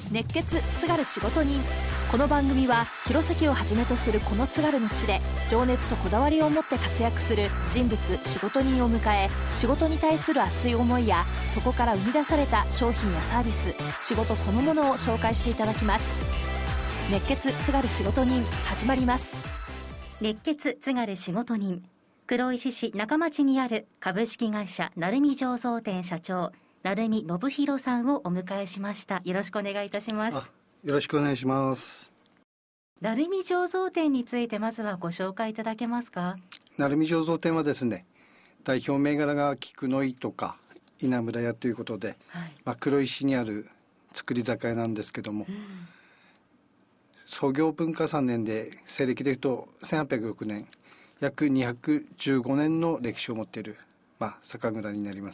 熱血津軽仕事人。この番組は弘前をはじめとするこの津軽の地で情熱とこだわりを持って活躍する人物仕事人を迎え、仕事に対する熱い思いやそこから生み出された商品やサービス、仕事そのものを紹介していただきます。熱血津軽仕事人、始まります。 熱血津軽仕事人、黒石市中町にある株式会社鳴海醸造店社長鳴海信弘さんをお迎えしました。よろしくお願いいたします。 よろしくお願いします。 鳴海醸造店についてまずはご紹介いただけますか。 鳴海醸造店はですね、代表銘柄が菊の井とか稲村屋ということで、黒石にある造り酒屋なんですけども、創業文化3年で西暦でいうと1806年、約215年の歴史を持っている、酒蔵になります。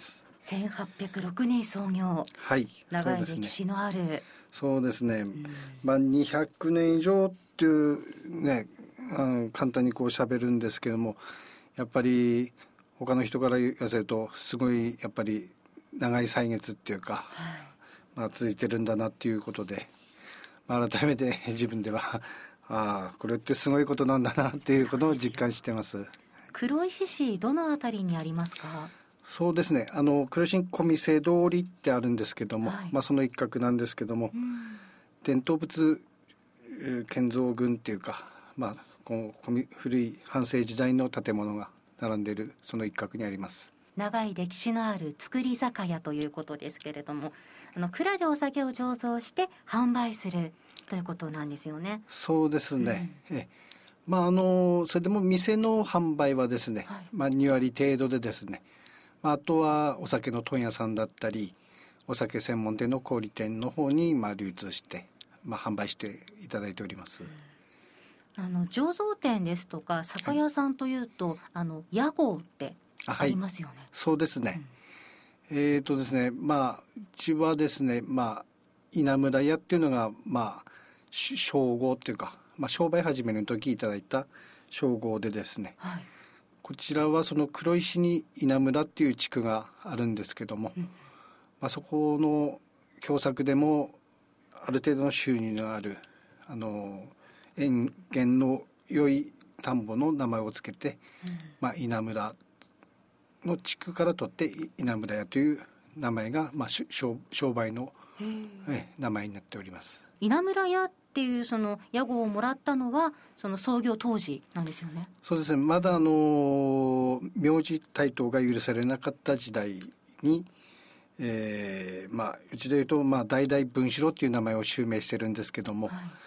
1806年創業、長い歴史のある。 そうですね、200年以上っていうね、簡単にこう喋るんですけども、やっぱり他の人から言わせるとすごいやっぱり長い歳月っていうか、続いてるんだなっていうことで、改めて自分ではこれってすごいことなんだなっていうことを実感してます。 黒石市どのあたりにありますか。 そうですね、黒石小店通りってあるんですけども、その一角なんですけども、伝統物建造群っていうか、この古い半世時代の建物が並んでいるその一角にあります。 長い歴史のある造り酒屋ということですけれども、蔵でお酒を醸造して販売するということなんですよね。 そうですね、それでも店の販売はですね、2割程度でですね、あとはお酒の問屋さんだったりお酒専門店の小売店の方に流通して、販売していただいております。 醸造店ですとか酒屋さんというと、屋号ってありますよね。 そうですね、ですね、うちはですね、稲村屋っていうのが称号っていうか、商売始めの時いただいた称号でですね、こちらはその黒石に稲村っていう地区があるんですけども、そこの共作でもある程度の収入のある園芸の良い田んぼの名前をつけて、稲村の地区から取って稲村屋という名前が、商売の名前になっております。 稲村屋っていうその屋号をもらったのはその創業当時なんですよね。 そうですね、まだ名字台頭が許されなかった時代に、うちでいうと、代々文四郎っていう名前を襲名してるんですけども、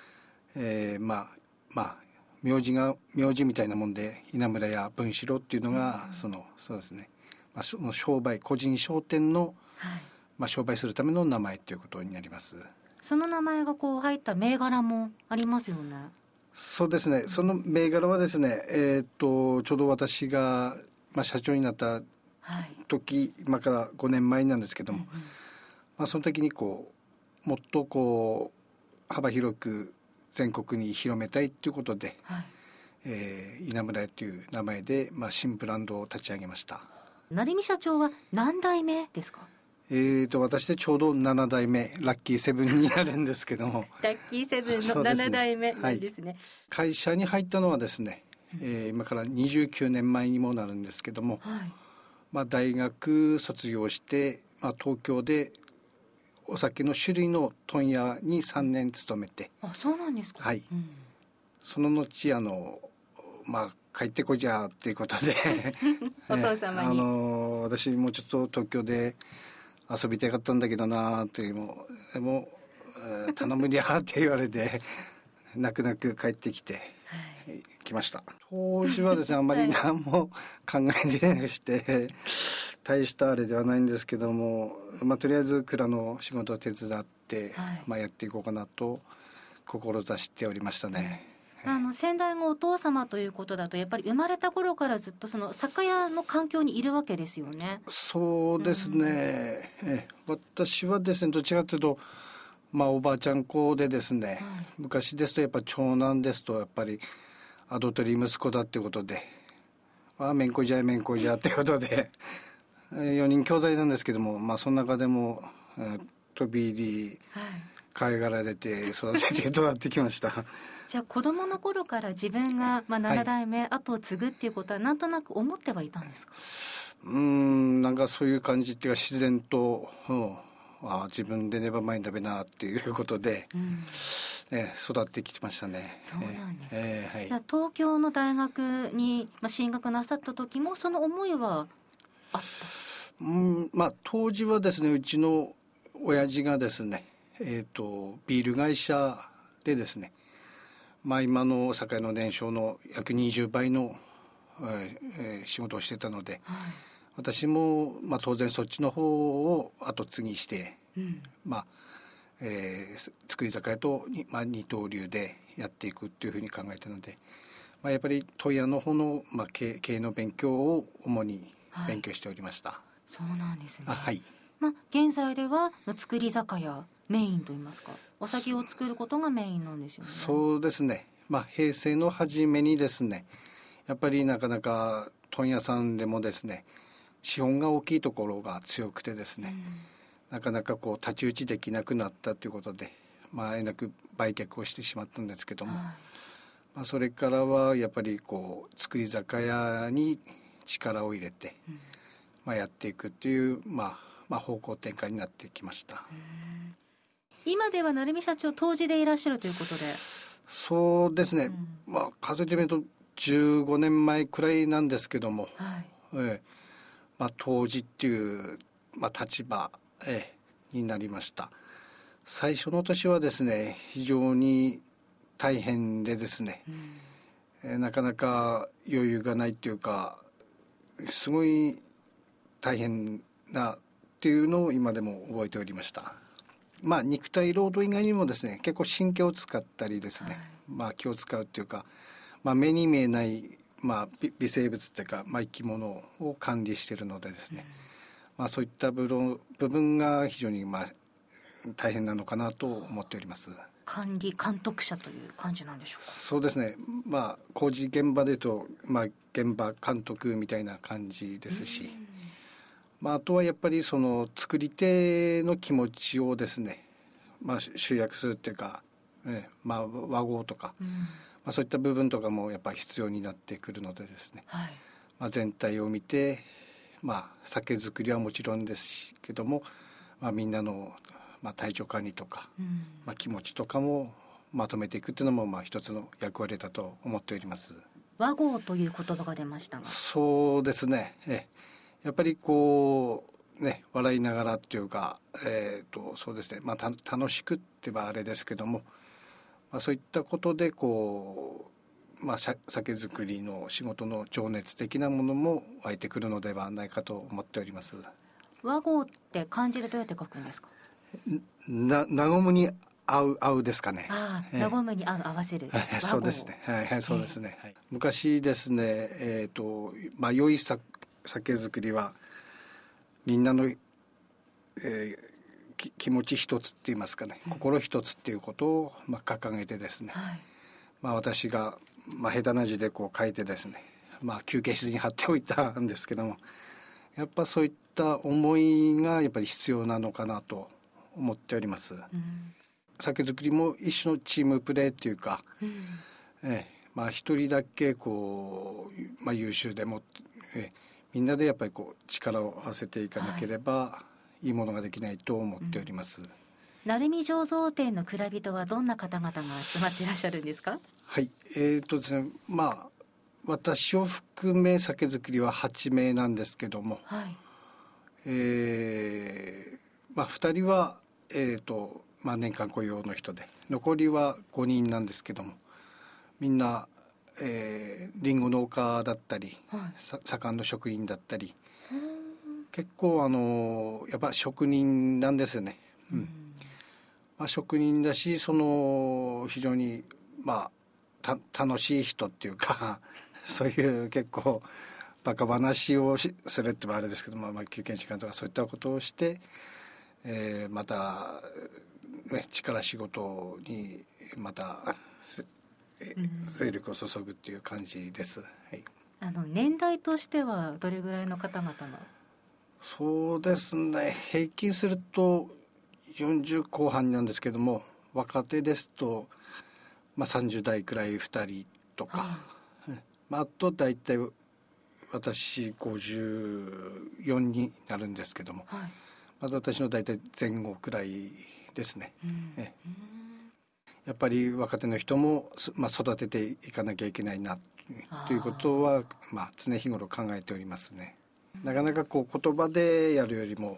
名字みたいなもんで稲村屋文四郎っていうのが、そうですね、その商売個人商店の、商売するための名前ということになります。 その名前がこう入った銘柄もありますよね。 そうですね、その銘柄はですね、ちょうど私が、社長になった時、今から5年前なんですけども、その時にもっと幅広く全国に広めたいということで、稲村屋という名前で、新ブランドを立ち上げました。 鳴海社長は何代目ですか。 私でちょうど7代目、ラッキーセブンになるんですけどもラッキーセブンの7代目なんですね。 会社に入ったのはですね、今から29年前にもなるんですけども、大学卒業して、東京でお酒の種類の問屋に3年勤めて。 そうなんですか。 その後帰ってこいじゃっていうことでお父様に、 私もちょっと東京で遊びたかったんだけどなっていうのでも、頼むにゃって言われて泣く泣く帰ってきて、来ました。当時はですね、あんまり何も考えてなくして大したあれではないんですけども、とりあえず蔵の仕事を手伝って、やっていこうかなと志しておりましたね。 先代がお父様ということだと、やっぱり生まれた頃からずっとその酒屋の環境にいるわけですよね。 そうですね、私はですね、どちらかというと、おばあちゃん子でですね、昔ですとやっぱ長男ですとやっぱり跡取り息子だってことで、めんこいじゃめんこいじゃってことで4人兄弟なんですけども、その中でも飛び入り、 可愛がられて育てて育ってきました。 じゃあ子供の頃から自分が7代目後を継ぐっていうことはなんとなく思ってはいたんですか？ なんかそういう感じっていうか自然と、自分でねばまいんだべなっていうことで、育ってきてましたね。 そうなんですか。 はい、 じゃあ東京の大学に進学なさった時もその思いはあった？ 当時はですね、うちの親父がですね、ビール会社でですね、今の堺の年商の約20倍の、仕事をしてたので、私も、当然そっちの方を後継ぎして、造り酒屋と二刀流でやっていくっていうふうに考えたので、やっぱり問屋の方の、経営の勉強を主に勉強しておりました。 そうなんですね。 はい。 現在では造り酒屋メインといいますか、お酒を作ることがメインなんですよね。 そうですね。平成の初めにですね、やっぱりなかなか問屋さんでもですね、資本が大きいところが強くてですね、なかなか太刀打ちできなくなったということで、えなく売却をしてしまったんですけども、それからはやっぱり造り酒屋に力を入れて、やっていくっていう、方向転換になってきました。 今では成美社長杜氏でいらっしゃるということで。 そうですね、数えてみると15年前くらいなんですけども、杜氏っていう、立場、になりました。最初の年はですね、非常に大変でですね、なかなか余裕がないっていうか、すごい大変なっていうのを今でも覚えておりました。肉体労働以外にもですね、結構神経を使ったりですね、気を使うっていうか、目に見えない、微生物っていうか、生き物を管理しているのでですね、そういった部分が非常に大変なのかなと思っております。 管理監督者という感じなんでしょうか？ そうですね、工事現場でいうと、現場監督みたいな感じですし、あとはやっぱりその作り手の気持ちをですね、集約するっていうか、和合とか、そういった部分とかもやっぱり必要になってくるのでですね、全体を見て、酒造りはもちろんですけども、みんなの、体調管理とか、気持ちとかもまとめていくっていうのも一つの役割だと思っております。 和合という言葉が出ましたが。 そうですね、やっぱり笑いながらっていうか、そうですね、楽しくってはあれですけども、そういったことで酒造りの仕事の情熱的なものも湧いてくるのではないかと思っております。 和合って漢字でどうやって書くんですか？ 和むに合うですかね。 和むに合わせる。 そうですね。そうですね。昔ですね、良い酒造りはみんなの、気持ち一つって言いますかね、心一つっていうことを掲げてですね、私が下手な字で書いてですね、休憩室に貼っておいたんですけども、やっぱそういった思いがやっぱり必要なのかなと思っております。酒造りも一種のチームプレーっていうか、一人だけ優秀でも、みんなでやっぱり力を合わせていかなければ、いいものができないと思っております。 鳴海醸造店の蔵人はどんな方々が集まっていらっしゃるんですか？ ですね、私を含め酒造りは8名なんですけども、2人は、年間雇用の人で、残りは5人なんですけども、みんな、リンゴ農家だったり、左官の職人だったり、結構やっぱ職人なんですよね。職人だし、非常に楽しい人っていうかそういう結構バカ話をするってあれですけども、休憩時間とかそういったことをして、また、力仕事にまた精力を注ぐっていう感じです。 年代としてはどれぐらいの方々が？ そうですね、平均すると 40後半なんですけども、若手ですと、30代くらい2人とか、あと大体私54になるんですけども、私の大体前後くらいですね。やっぱり若手の人も、育てていかなきゃいけないなということは、常日頃考えておりますね。なかなか言葉でやるよりも、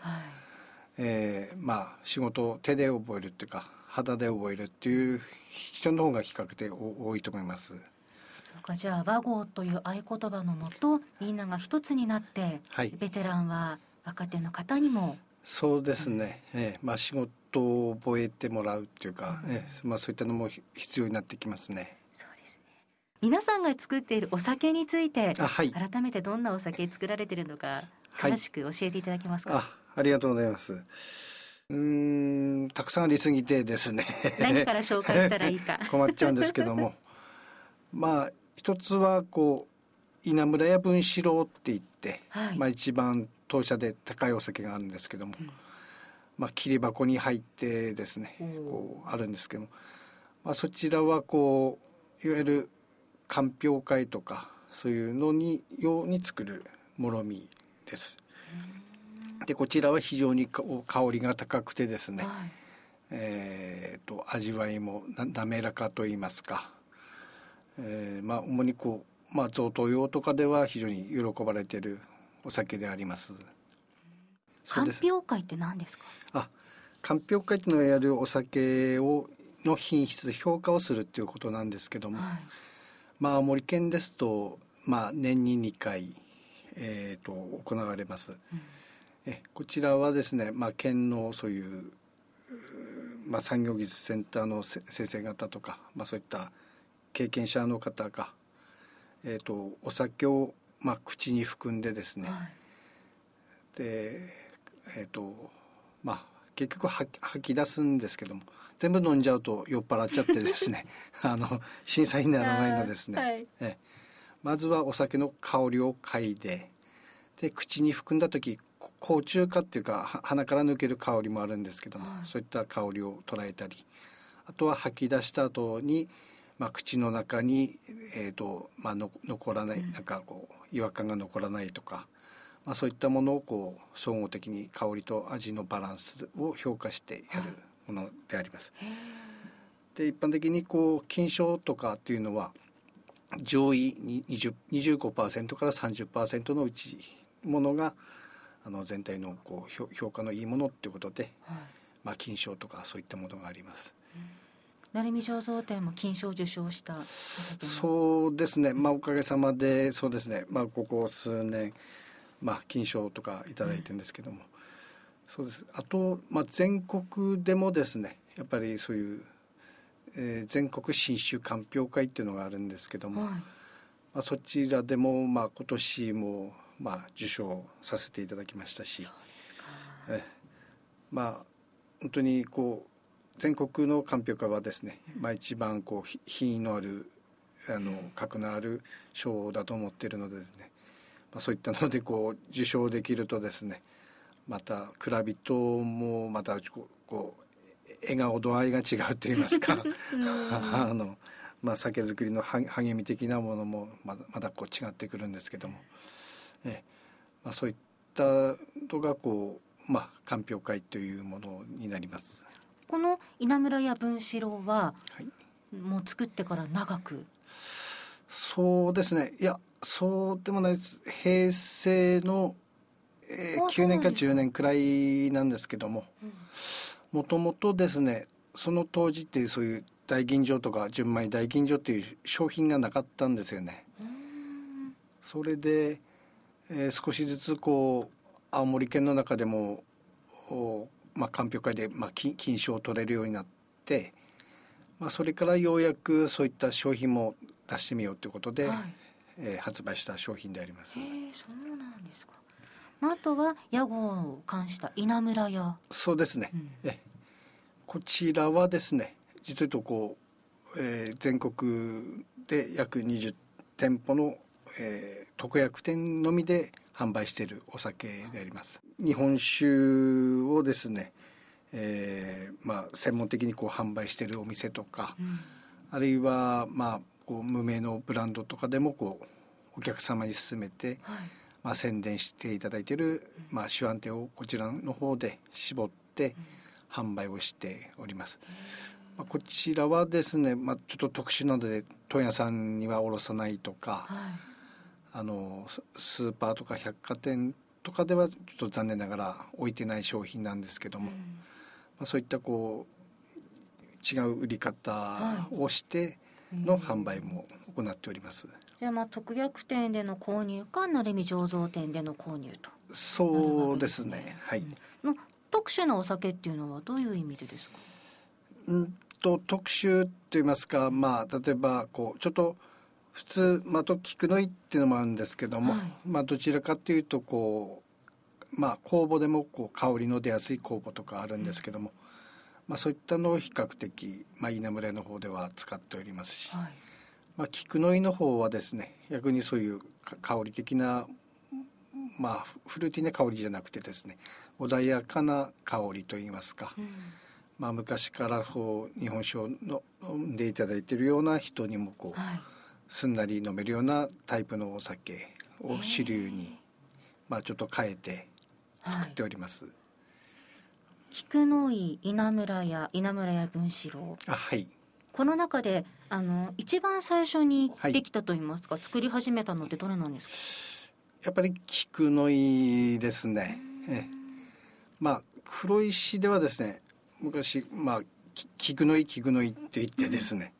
仕事を手で覚えるっていうか肌で覚えるっていう人の方が比較的多いと思います。 そうか、じゃあ和合という合言葉のもとみんなが一つになって、ベテランは若手の方にもそうですね、仕事を覚えてもらうっていうか、そういったのも必要になってきますね。 そうですね。皆さんが作っているお酒について、 改めてどんなお酒作られているのか詳しく教えていただけますか。 ありがとうございます。たくさんありすぎてですね何から紹介したらいいか困っちゃうんですけども一つは稲村屋文四郎って言って、一番当社で高いお酒があるんですけども、切り箱に入ってですねあるんですけども、そちらはいわゆる鑑評会とかそういうのに用に作るもろみです。でこちらは非常に香りが高くてですね、味わいも滑らかといいますか、主に贈答用とかでは非常に喜ばれているお酒であります。 鑑評会って何ですか。 鑑評会っていうのはやるお酒の品質評価をするっていうことなんですけども、青森県ですと、年に2回、行われます。こちらはですね、県のそういう、産業技術センターの先生方とか、そういった経験者の方が、お酒を、口に含んでですね、で、結局吐き出すんですけども、全部飲んじゃうと酔っ払っちゃってですね審査にならないのですね、まずはお酒の香りを嗅いで、口に含んだ時香中香っていうか鼻から抜ける香りもあるんですけども、そういった香りを捉えたり、あとは吐き出した後に、口の中に、残らない、違和感が残らないとか、そういったものを総合的に香りと味のバランスを評価してやるものであります。で一般的に金賞とかっていうのは上位に 25% から 30% のうちものが全体の評価のいいものっていうことで、金賞とかそういったものがあります。 鳴海醸造店も金賞を受賞したそうですね、おかげさまでそうですね、ここ数年、金賞とかいただいてるんですけども、そうです。あと、全国でもですねやっぱりそういう、全国新酒鑑評会っていうのがあるんですけども、そちらでも、今年も、受賞させていただきましたし、そうですか。本当に全国の鑑評会はですね、一番品位のある格のある賞だと思っているのでですね、そういったので受賞できるとですね、また蔵人もまた笑顔度合いが違うといいますか酒造りの励み的なものもまだ違ってくるんですけども、そういったのが鑑評会というものになります。 この稲村屋文四郎は、もう作ってから長く。 そうですね、いやそうでもないです。平成の、9年か10年くらいなんですけども、もともとですねその当時ってそういう大吟醸とか純米大吟醸っていう商品がなかったんですよね。それで、少しずつ青森県の中でも鑑評会で、金賞を取れるようになって、それからようやくそういった商品も出してみようということで、発売した商品であります。 そうなんですか。あとは屋号を冠した稲村屋。 そうですね、こちらはですね実を言うと全国で約20店舗の、特約店のみで販売しているお酒であります。日本酒をですね、 専門的にこう販売しているお店とか、あるいはこう無名のブランドとかでもこうお客様に勧めて、宣伝していただいている、手腕店をこちらの方で絞って販売をしております。こちらはですね、ちょっと特殊なので問屋さんには卸さないとか、スーパーとか百貨店とかではちょっと残念ながら置いてない商品なんですけども、そういったこう違う売り方をしての販売も行っております。 じゃあ特約店での購入か成美醸造店での購入と。 そうですね、はい。 の特殊なお酒っていうのはどういう意味でですか？ 特殊といいますか、例えばこうちょっと普通菊の井っていうのもあるんですけども、どちらかというとこう酵母でもこう香りの出やすい酵母とかあるんですけども、そういったのを比較的稲村の方では使っておりますし、菊の井の方はですね、逆にそういう香り的なフルーティーな香りじゃなくてですね、穏やかな香りといいますか、昔からこう日本酒を飲んでいただいているような人にもこう、すんなり飲めるようなタイプのお酒を主流に、ちょっと変えて作っております。 菊の井、稲村屋文四郎、この中で一番最初にできたといいますか、作り始めたのってどれなんですか？ やっぱり菊の井ですね。黒石ではですね、昔菊の井って言ってですね、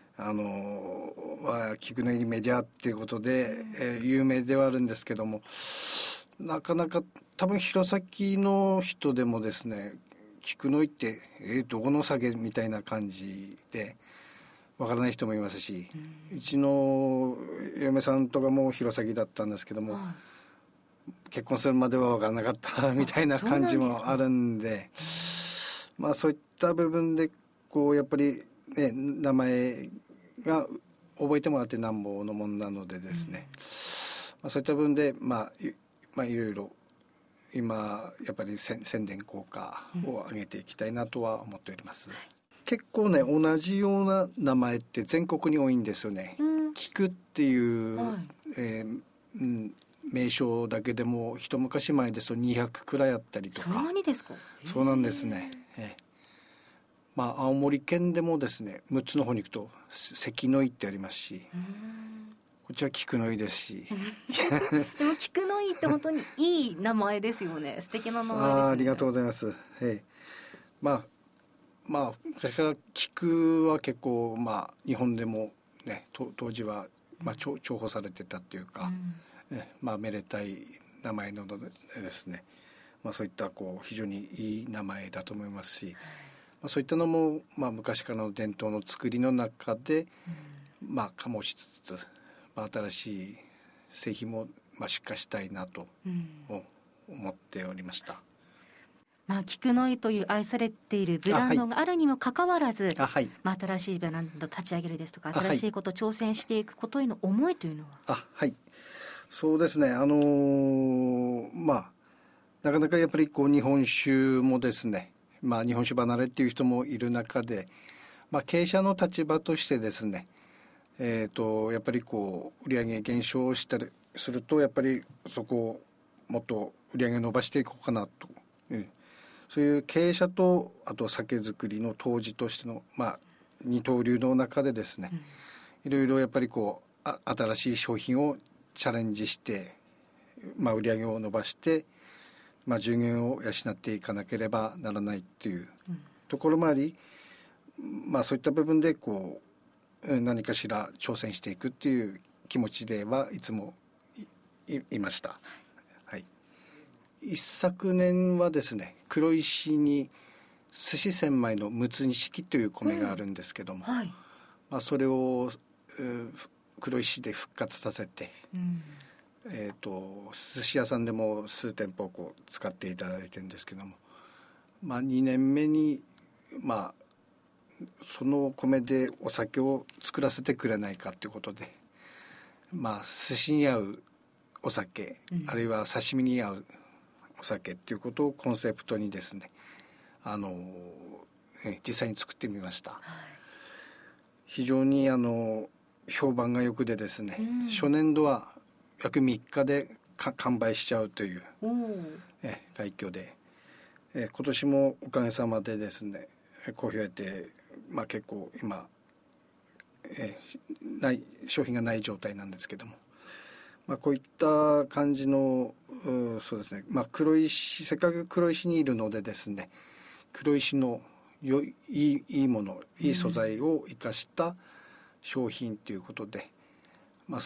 菊の井メディアっていうことで、有名ではあるんですけども、なかなか多分弘前の人でもですね、菊の井ってどこの酒みたいな感じでわからない人もいますし、うちの嫁さんとかも弘前だったんですけども、結婚するまではわからなかったみたいな感じもあるんで、そういった部分でこうやっぱりね、名前が覚えてもらってなんぼのもんなのでですね、そういった部分でいろいろ今やっぱり宣伝効果を上げていきたいなとは思っております。結構ね、同じような名前って全国に多いんですよね。菊っていう、名称だけでも一昔前ですと200くらいあったりとか。 そんなにですか？ そうなんですね。青森県でもですね、6つの方に行くと関の井ってありますし、こっちは菊の井ですしでも菊の井って本当にいい名前ですよね。素敵な名前ですね。 ありがとうございます。昔から菊は結構日本でもね、当時は重宝されてたっていうか、めでたい名前なのでですね、そういったこう非常にいい名前だと思いますし、そういったのも昔からの伝統の作りの中で醸しつつ、新しい製品も出荷したいなと思っておりました。 菊の井という愛されているブランドがあるにもかかわらず、新しいブランドを立ち上げるですとか、新しいことを挑戦していくことへの思いというのは？ そうですね、なかなかやっぱりこう日本酒もですね、日本酒離れっていう人もいる中で、経営者の立場としてですね、やっぱりこう売上減少したりすると、やっぱりそこをもっと売上伸ばしていこうかなと、そういう経営者とあと酒造りの杜氏としての二刀流の中でですね、いろいろやっぱりこう新しい商品をチャレンジして、売上を伸ばして、従業員を養っていかなければならないというところもあり、そういった部分でこう何かしら挑戦していくっていう気持ちではいつも いました。一昨年はですね、黒石に寿司千枚のむつ錦という米があるんですけども、それを黒石で復活させて、寿司屋さんでも数店舗こう使っていただいてるんですけども、2年目にその米でお酒を作らせてくれないかということで、寿司に合うお酒、あるいは刺身に合うお酒っていうことをコンセプトにですね、 実際に作ってみました。 はい、 非常に評判が良くでですね、初年度は約3日で完売しちゃうという快挙で、今年もおかげさまでですね好評を得て、結構今、商品がない状態なんですけども、こういった感じのそうですね、黒石、せっかく黒石にいるのでですね、黒石のいいもの、いい素材を生かした商品ということで、あ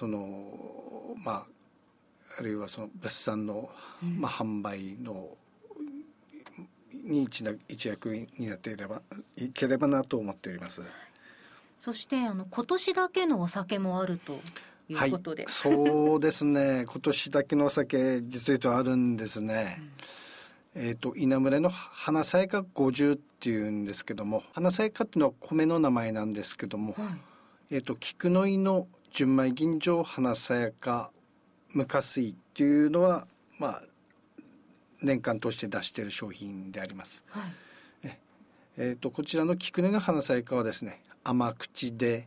るいはその物産の、販売のに一役になっていければなと思っております。 そして今年だけのお酒もあるということで、 そうですね今年だけのお酒実は言うとあるんですね。稲むらの花さやか50っていうんですけども、花さやかっていうのは米の名前なんですけども、菊の井の純米吟醸花さやか無加水っていうのは年間通して出している商品であります。こちらの菊の井の花さやかはですね、甘口で、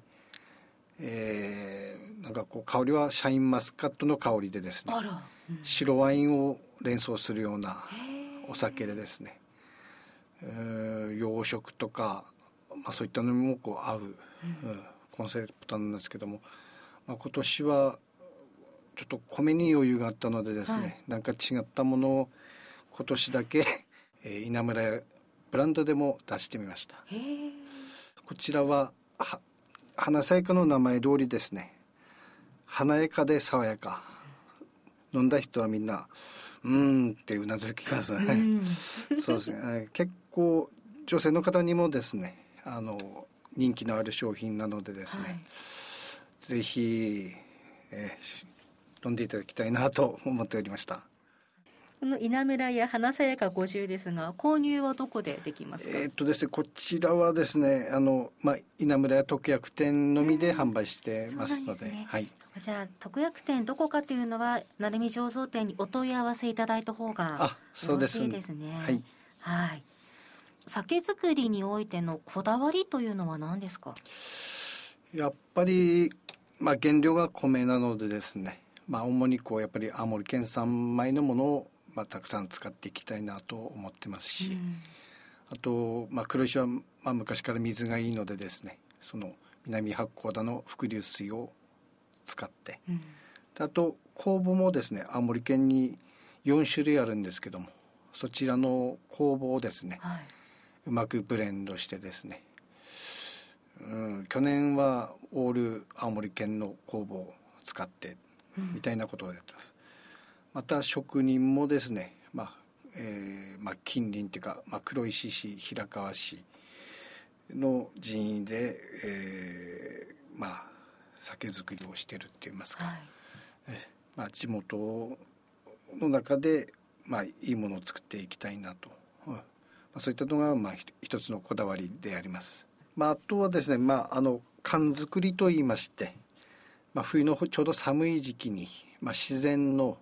なんかこう香りはシャインマスカットの香りでですね、白ワインを連想するようなお酒でですね、洋食とか、そういったのにもこう合う、コンセプトなんですけども、今年はちょっと米に余裕があったのでですね、なんか違ったものを今年だけ稲むらやブランドでも出してみました。こちらは花さやかの名前通りですね、華やかで爽やか、飲んだ人はみんなってうなずきますね。そうですね、結構女性の方にもですね人気のある商品なのでですね、ぜひ、飲んでいただきたいなと思っておりました。 この稲むらや花さやか50ですが、購入はどこでできますか？ ですね、こちらはですね稲むらや特約店のみで販売してますので、 じゃあ特約店どこかというのは鳴海醸造店にお問い合わせいただいた方がよろしいですね。酒造りにおいてのこだわりというのは何ですか？ やっぱり、原料が米なのでですね、主にやっぱり青森県産米のものをたくさん使っていきたいなと思ってますし、あと、黒石は、昔から水がいいのでですね、その南八甲田の伏流水を使って、あと酵母もですね、青森県に4種類あるんですけども、そちらの酵母をですね、うまくブレンドしてですね、去年はオール青森県の酵母を使ってみたいなことをやってます。また職人もですね、近隣というか、黒石市、平川市の人員で、酒造りをしているって言いますか、地元の中で、いいものを作っていきたいなと、そういったのが、一つのこだわりであります。あとはですね、缶作りといいまして、冬のちょうど寒い時期に、自然の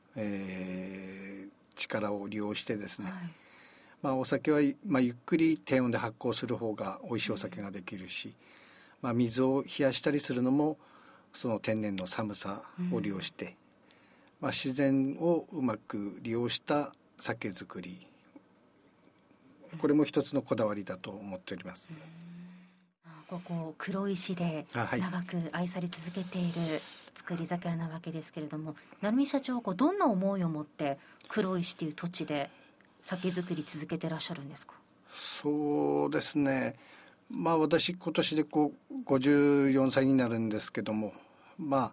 力を利用してですね、お酒は、ゆっくり低温で発酵する方が美味しいお酒ができるし、水を冷やしたりするのもその天然の寒さを利用して、自然をうまく利用した酒造り、これも一つのこだわりだと思っております。 ここ黒石で長く愛され続けている造り酒屋なわけですけれども、鳴海社長、どんな思いを持って黒石という土地で酒造り続けてらっしゃるんですか？ そうですね、私今年で54歳になるんですけども、だ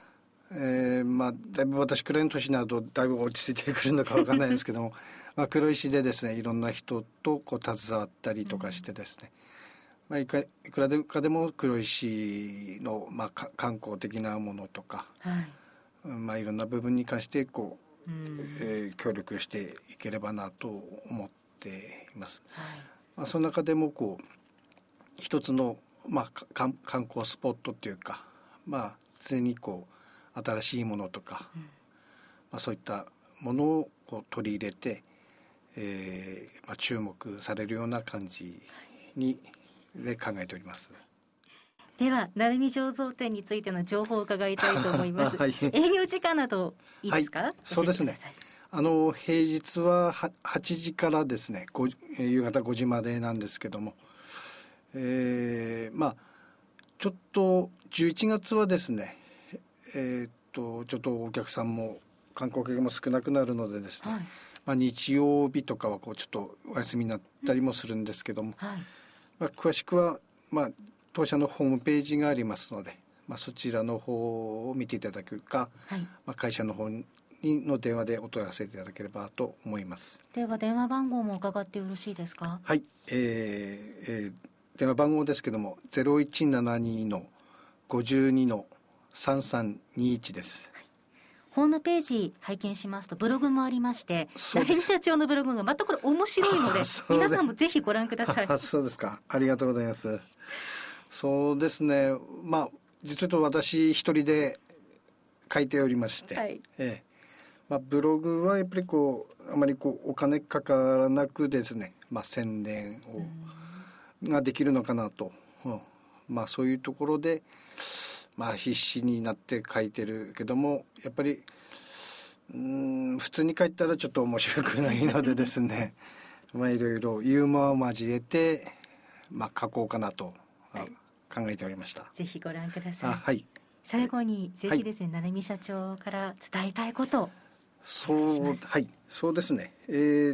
いぶ私くらいの年になるとだいぶ落ち着いてくるのか分かんないですけども黒石でですね、いろんな人と携わったりとかしてですね、いくらでも黒石の、観光的なものとか、いろんな部分に関して協力していければなと思っています。その中でも一つの、観光スポットっていうか、常に新しいものとか、そういったものを取り入れて、 注目されるような感じで考えております。 では鳴海醸造店についての情報を伺いたいと思います、はい、営業時間などいいですか？はい、 そうですね、平日は8時からですね夕方5時までなんですけども、ちょっと11月はですね、ちょっとお客さんも観光客も少なくなるのでですね、はい、日曜日とかはちょっとお休みになったりもするんですけども、はい、詳しくは当社のホームページがありますので、そちらの方を見ていただくか、はい、会社の方の電話でお問い合わせいただければと思います。 では電話番号も伺ってよろしいですか？ はい、電話番号ですけども 0172-52-3321 です。 ホームページ拝見しますとブログもありまして、成美社長のブログがまたこれ面白いので皆さんもぜひご覧ください。 そうですか、ありがとうございます。そうですね、実は私一人で書いておりまして、はい、ブログはやっぱりあまりお金かからなくですね、宣伝ができるのかなと、そういうところで必死になって書いてるけども、やっぱり普通に書いたらちょっと面白くないのでですねいろいろユーモアを交えて書こうかなと考えておりました。 ぜひご覧ください。 はい、 最後にぜひですね、鳴海社長から伝えたいことそうですね、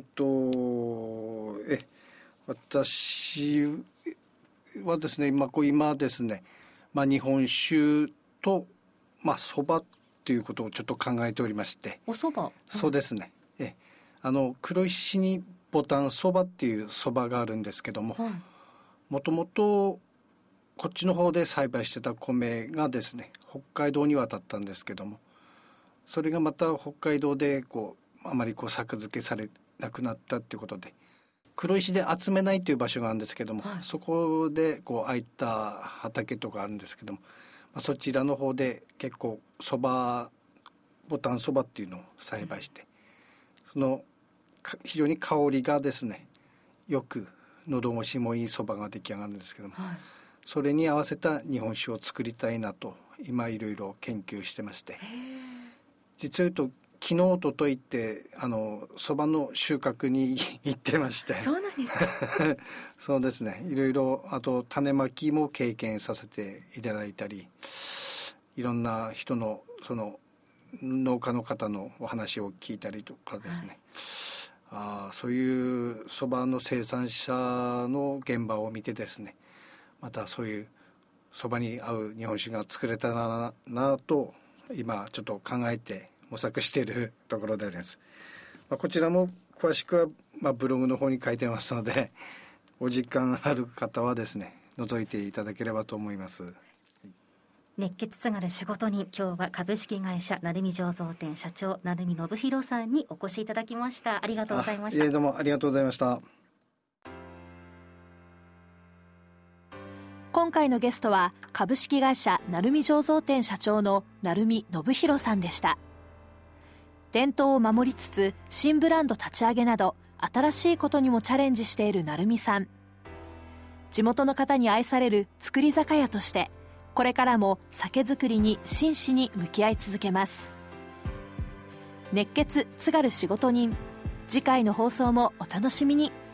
私はですね今ですね、日本酒と蕎麦っていうことをちょっと考えておりまして。 お蕎麦、 そうですね、黒石市にボタン蕎麦っていう蕎麦があるんですけども、もともとこっちの方で栽培してた米がですね北海道に渡ったんですけども、それがまた北海道であまり作付けされなくなったっていうことで、黒石で集めないという場所があるんですけども、そこで空いた畑とかあるんですけども、そちらの方で結構ボタンそばっていうのを栽培して、その非常に香りがですねよく喉越しもいいそばが出来上がるんですけども、それに合わせた日本酒を作りたいなと今いろいろ研究してまして、実を言うと昨日おとといってそばの収穫に行ってまして。 そうなんですかそうですね、いろいろあと種まきも経験させていただいたり、いろんな人のその農家の方のお話を聞いたりとかですね、そういうそばの生産者の現場を見てですね、またそういうそばに合う日本酒が作れたらなと今ちょっと考えて模索しているところであります。こちらも詳しくは、ブログの方に書いてますので、お時間ある方はですね覗いていただければと思います。 熱血津軽仕事人、今日は株式会社鳴海醸造店社長鳴海信弘さんにお越しいただきました。ありがとうございました。 どうもありがとうございました。 今回のゲストは株式会社鳴海醸造店社長の鳴海信弘さんでした。伝統を守りつつ新ブランド立ち上げなど新しいことにもチャレンジしている鳴海さん。地元の方に愛される造り酒屋としてこれからも酒造りに真摯に向き合い続けます。熱血津軽仕事人、次回の放送もお楽しみに。